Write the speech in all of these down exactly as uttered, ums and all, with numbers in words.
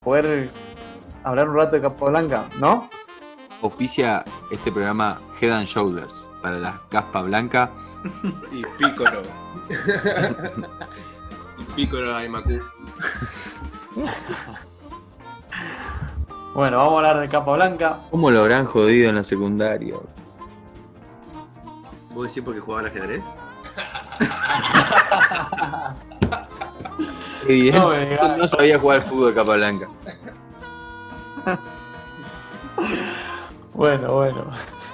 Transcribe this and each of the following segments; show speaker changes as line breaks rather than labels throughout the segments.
poder hablar un rato de Capablanca, ¿no?
Auspicia este programa Head and Shoulders para la caspa blanca.
Y Pícoro. Y Pícoro Aimacu.
Bueno, vamos a hablar de Capablanca.
¿Cómo lo habrán jodido en la secundaria?
¿Vos decís porque jugaba al ajedrez?
Evidente,
No me digas.
no sabía jugar al fútbol Capablanca.
Bueno, bueno.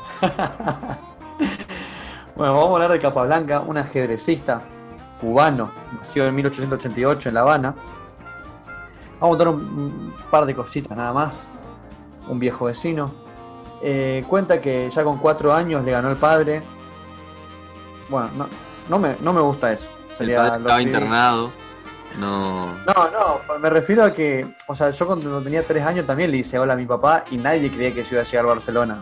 Bueno, vamos a hablar de Capablanca, un ajedrecista cubano, nacido en mil ochocientos ochenta y ocho en La Habana. Vamos a contar un, un par de cositas nada más. Un viejo vecino. Eh, cuenta que ya con cuatro años le ganó el padre. Bueno, no, no, me, no me gusta eso.
El
Sería
padre
lo
estaba
que-
internado. No.
No, no, me refiero a que, o sea, yo cuando tenía tres años también le hice hola a mi papá y nadie creía que yo iba a llegar a Barcelona.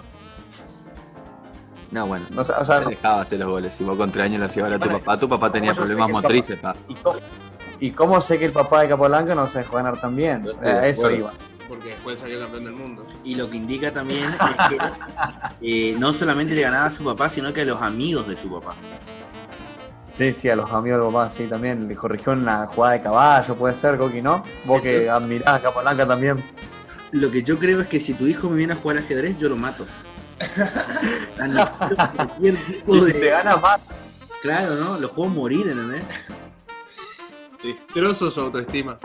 No, bueno.
O sea, o sea,
Te dejaba hacer los goles. Si vos con tres años le hacías ahora a tu
Bueno,
papá, tu papá tenía
¿cómo yo sé
problemas
que el
motrices, pa.
¿Y cómo, y cómo sé que el papá de Capablanca no se dejó ganar también?
Yo estoy
A
de
eso
acuerdo.
iba.
Porque después salió campeón del mundo.
Y lo que indica también es que eh, no solamente le ganaba a su papá, sino que a los amigos de su papá.
Sí, sí, a los amigos del papá, sí, también. Le corrigió en la jugada de caballo, puede ser, Coqui, ¿no? Vos que admirás a Capablanca también.
Lo que yo creo es que si tu hijo me viene a jugar ajedrez, yo lo mato. Cualquier tipo
Y si
de-
te ganas más.
Claro, ¿no? Lo puedo morir, ¿entendés?
Destrozo su autoestima.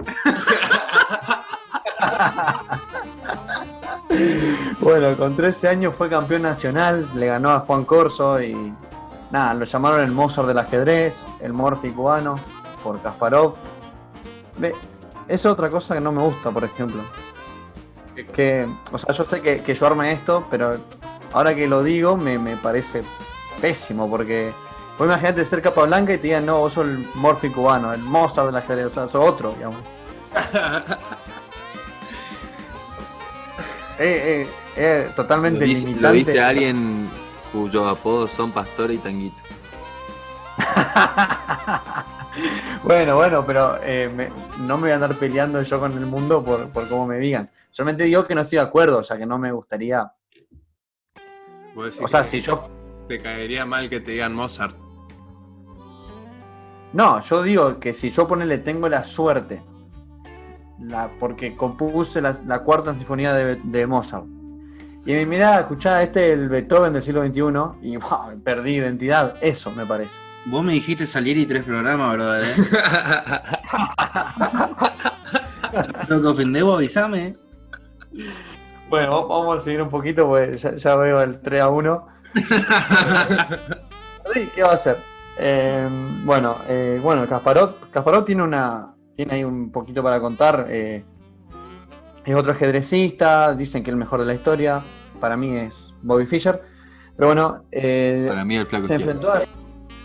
Bueno, con trece años fue campeón nacional, le ganó a Juan Corso y nada, lo llamaron el Mozart del ajedrez, el Morphy cubano, por Kasparov. Ve, es otra cosa que no me gusta, por ejemplo. Que, o sea, yo sé que, que yo armé esto, pero ahora que lo digo me, me parece pésimo, porque vos imagínate ser Capablanca y te digan, no, vos sos el Morphy cubano, el Mozart del ajedrez, o sea, sos otro, digamos. Eh, eh, eh, totalmente
Lo dice,
limitante.
lo dice alguien cuyos apodos son Pastor y Tanguito.
Bueno, bueno, pero eh, me- no me voy a andar peleando yo con el mundo por, por cómo me digan. Solamente digo que no estoy de acuerdo, o sea, que no me gustaría.
Vos decís
O sea,
que
si yo.
te caería mal que te digan Mozart.
No, yo digo que si yo ponele tengo la suerte, la, porque compuse la, la cuarta sinfonía de, de Mozart. Y me mirá, escuchá, este es el Beethoven del siglo veintiuno y wow, perdí identidad. Eso me parece.
Vos me dijiste salir y tres programas, brother, ¿eh? Lo que ofendés, vos avisame, ¿eh?
Bueno, va- vamos a seguir un poquito, porque ya, ya veo el tres a uno. Sí, ¿qué va a hacer? Eh, bueno, eh, bueno, Kasparov, Kasparov tiene una. Tiene ahí un poquito para contar. eh, es otro ajedrecista, dicen que el mejor de la historia. Para mí es Bobby Fischer. Pero bueno, eh,
Para mí el flaco
se
izquierdo.
enfrentó a.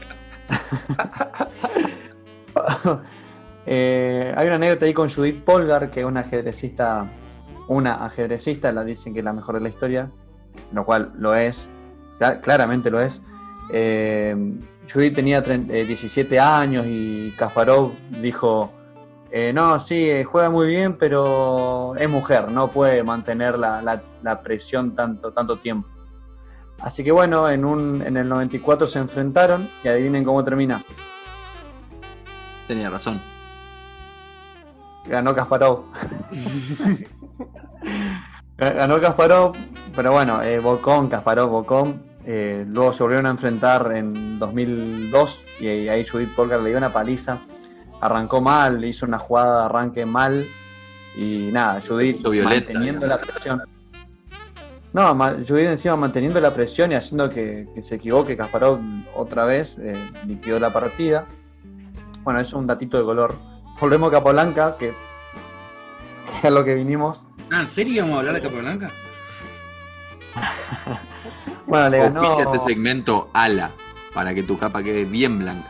Eh, hay una anécdota ahí con Judith Polgar, que es una ajedrecista. Una ajedrecista, la dicen que es la mejor de la historia, lo cual lo es, cla- claramente lo es. Eh, Judith tenía treinta, eh, diecisiete años y Kasparov dijo, eh, no, sí, eh, juega muy bien, pero es mujer, no puede mantener la, la- la presión tanto, tanto tiempo. Así que bueno, en, un, en el noventa y cuatro se enfrentaron y adivinen cómo termina.
Tenía razón.
Ganó Kasparov. Ganó Kasparov, pero bueno, eh, Volkón, Kasparov, Volkón. Eh, luego se volvieron a enfrentar en dos mil dos y ahí Judith Polgar le dio una paliza. Arrancó mal, hizo una jugada de arranque mal y nada, Judith
Hizo violenta,
manteniendo
digamos.
la presión. No, ma- Judith encima manteniendo la presión y haciendo que, que se equivoque. Kasparov otra vez eh, liquidó la partida. Bueno, eso es un datito de color. Volvemos a Capablanca, que, que es a lo que vinimos.
Ah, ¿en serio íbamos a hablar de Capablanca?
Bueno, le ganó.
Auspicia este segmento ala, para que tu capa quede bien blanca.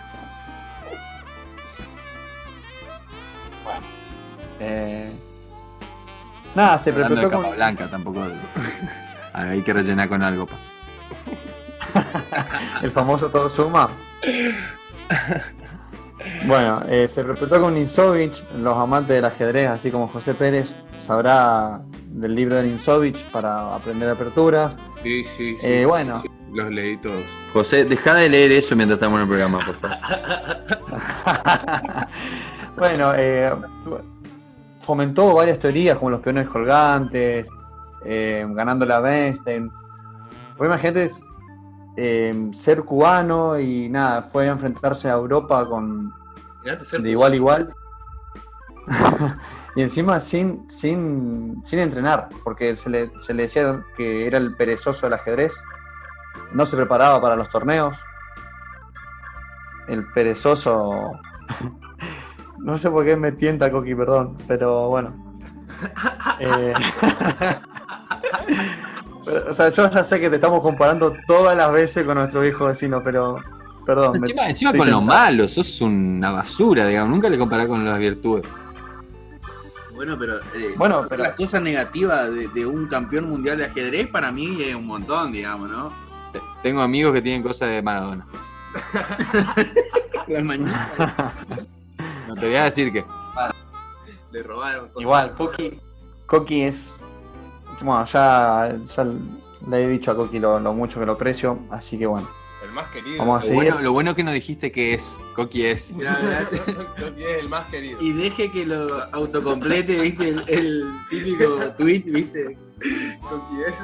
Eh, nada, se
Hablando de
perpetuó
capa
con.
blanca, tampoco. Hay que rellenar con algo, pa.
El famoso todo suma. Bueno, eh, se respetó con Ninsovich. Los amantes del ajedrez, así como José Pérez, sabrá del libro de Ninsovich para aprender aperturas.
Sí, sí, sí.
Eh, bueno,
Los leí todos.
José, deja de leer eso mientras estamos en el programa, por favor.
bueno, eh, fomentó varias teorías como los peones colgantes, eh, ganando la Bernstein. Vos imagínate eh, ser cubano y nada, fue a enfrentarse a Europa con
Mirate ser
de igual a igual. Y encima sin, sin, sin entrenar, porque se le, se le decía que era el perezoso del ajedrez. No se preparaba para los torneos. El perezoso. No sé por qué me tienta Coqui, perdón, pero bueno. Eh... o sea, yo ya sé que te estamos comparando todas las veces con nuestro viejo vecino, pero perdón.
Encima,
me...
encima con lo malo, sos una basura, digamos. Nunca le comparás con las virtudes.
Bueno, pero, eh,
Bueno, pero-
las cosas negativas de, de un campeón mundial de ajedrez para mí es un montón, digamos, ¿no?
Tengo amigos que tienen cosas de Maradona.
Las mañanas.
No te voy a decir que.
Le robaron cosas.
Igual, Coqui, Coqui es. Bueno, ya, ya le he dicho a Coqui lo, lo mucho que lo aprecio, así que bueno,
El más querido.
vamos a
Lo
seguir.
bueno, lo bueno que no dijiste que es. Coqui es.
Mirá, mirá.
Coqui es el más querido.
Y deje que lo autocomplete, ¿viste? El, el típico tweet, ¿viste?
Coqui es.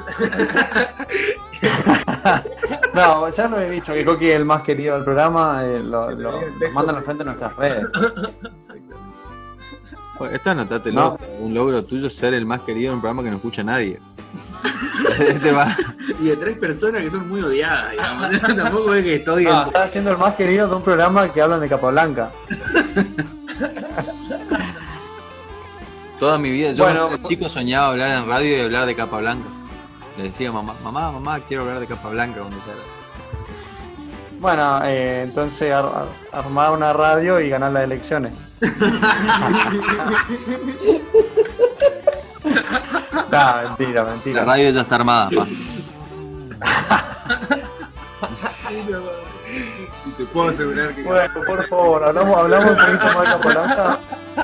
No, ya lo he dicho, que Coqui es el más querido del programa, eh, lo, lo, lo mandan al frente de nuestras redes.
Bueno, esto anotátelo.
No.
Un logro tuyo ser el más querido en un programa que no escucha nadie. Te va.
Y de tres personas que son muy odiadas, digamos. Tampoco es que estoy
No,
en...
está siendo el más querido de un programa que hablan de Capablanca.
Toda mi vida, yo
Bueno.
cuando era chico soñaba hablar en radio y hablar de Capablanca. Le decía a mamá, mamá, mamá, quiero hablar de Capablanca cuando sea.
Bueno, eh, entonces ar- ar- armar una radio y ganar las elecciones. No, mentira,
La
mentira.
radio ya está armada, pa.
Y te puedo asegurar que.
Bueno, por favor, hablamos, hablamos un poquito más de Capablanca.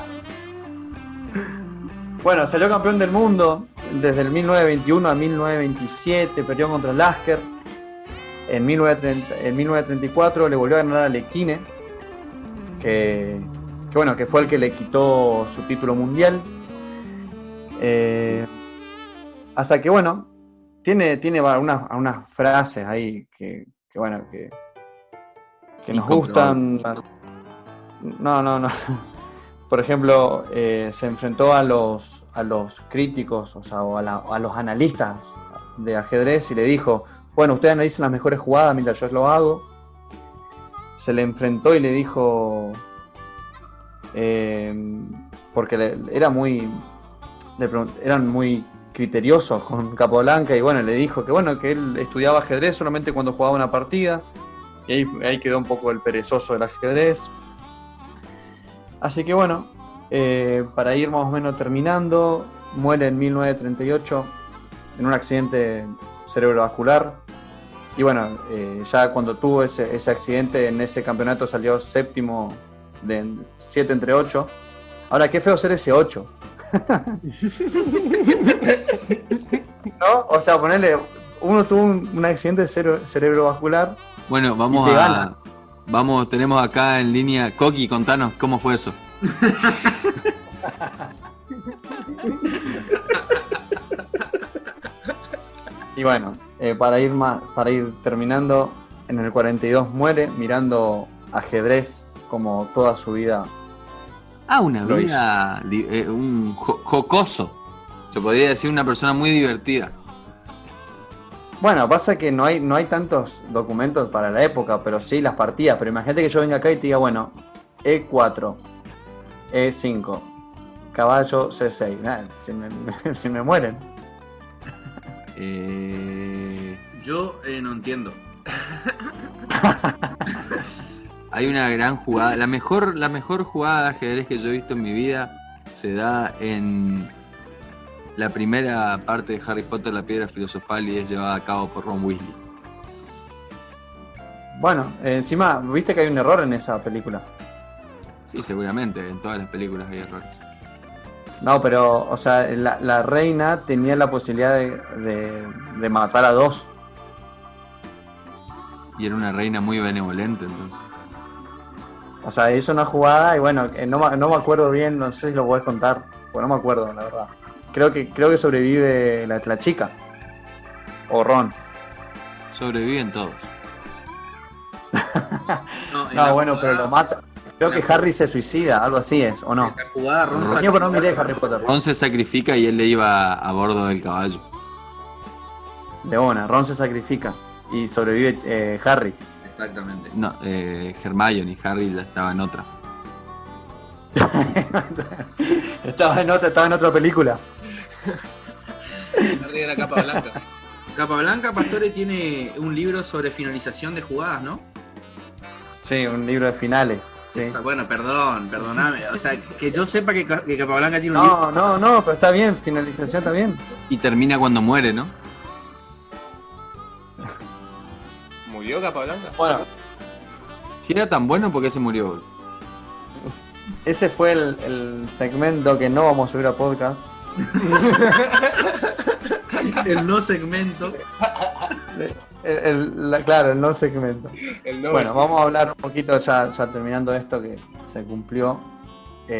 Bueno, salió campeón del mundo desde el mil novecientos veintiuno a mil novecientos veintisiete, perdió contra Lasker. En mil novecientos treinta, en mil novecientos treinta y cuatro le volvió a ganar a Lequine, que, que bueno, que fue el que le quitó su título mundial. Eh, hasta que bueno, tiene, tiene unas, unas frases ahí que, que bueno, que, que nos gustan. No, no, no. Por ejemplo, eh, se enfrentó a los, a los críticos, o sea, o a, la, a los analistas de ajedrez y le dijo, bueno, ustedes analicen las mejores jugadas mientras yo lo hago. Se le enfrentó y le dijo, eh, porque le, era muy, le pregunt- eran muy criteriosos con Capablanca y bueno, le dijo que bueno, que él estudiaba ajedrez solamente cuando jugaba una partida y ahí, ahí quedó un poco el perezoso del ajedrez. Así que bueno, eh, para ir más o menos terminando, muere en mil novecientos treinta y ocho en un accidente cerebrovascular. Y bueno, eh, ya cuando tuvo ese, ese accidente en ese campeonato salió séptimo de siete entre ocho. Ahora, qué feo ser ese ocho. ¿No? O sea, ponerle, uno tuvo un, un accidente cere- cerebrovascular.
Bueno, vamos
Y te
a.
gana.
Vamos, tenemos acá en línea. Coqui, contanos cómo fue eso.
Y bueno, eh, para ir más, para ir terminando, en el cuarenta y dos muere mirando ajedrez como toda su vida.
Ah, una
Lo
vida. di- eh, un jo- jocoso. Se podría decir una persona muy divertida.
Bueno, pasa que no hay, no hay tantos documentos para la época, pero sí las partidas. Pero imagínate que yo venga acá y te diga, bueno, E cuatro, E cinco, caballo C seis. Nah, se, me, se me mueren.
Eh,
Yo eh, no entiendo.
hay una gran jugada. La mejor, la mejor jugada de ajedrez que yo he visto en mi vida se da en la primera parte de Harry Potter, la piedra filosofal, y es llevada a cabo por Ron Weasley.
Bueno, eh, encima, viste que hay un error en esa película.
Sí, seguramente, en todas las películas hay errores.
No, pero, o sea, la, la reina tenía la posibilidad de, de, de matar a dos.
Y era una reina muy benevolente, entonces.
O sea, hizo una jugada y bueno, eh, no, me- no me acuerdo bien, no sé si lo podés contar, pues no me acuerdo, la verdad. Creo que, creo que sobrevive la, la chica. O Ron.
Sobreviven todos.
No, en
No,
la
bueno,
jugada-
pero lo mata. Creo que
la-
Harry se suicida, algo así es, ¿o no?
En la jugada Ron
Ron-
Yo pero no miré Harry Potter.
Ron se sacrifica y él le iba a bordo del caballo.
De una, Ron se sacrifica y sobrevive eh, Harry.
Exactamente.
No, eh, Hermione y Harry ya estaba en otra.
estaba, en otra, estaba en otra película.
Arriba de la capa blanca.
Capablanca, Pastore, tiene un libro sobre finalización de jugadas, ¿no?
Sí, un libro de finales. Sí.
Bueno, perdón, perdóname. O sea, que yo sepa que, Ca- que Capablanca tiene un libro.
No, no, no, pero está bien, finalización está bien.
Y termina cuando muere, ¿no?
¿Murió capa blanca?
Bueno,
Si era tan bueno, ¿por qué se murió? boludo?
ese fue el, el segmento que no vamos a subir a podcast.
El no segmento.
El- el- la- claro, el no segmento.
El no
Bueno, vamos a hablar un poquito ya, ya terminando esto que se cumplió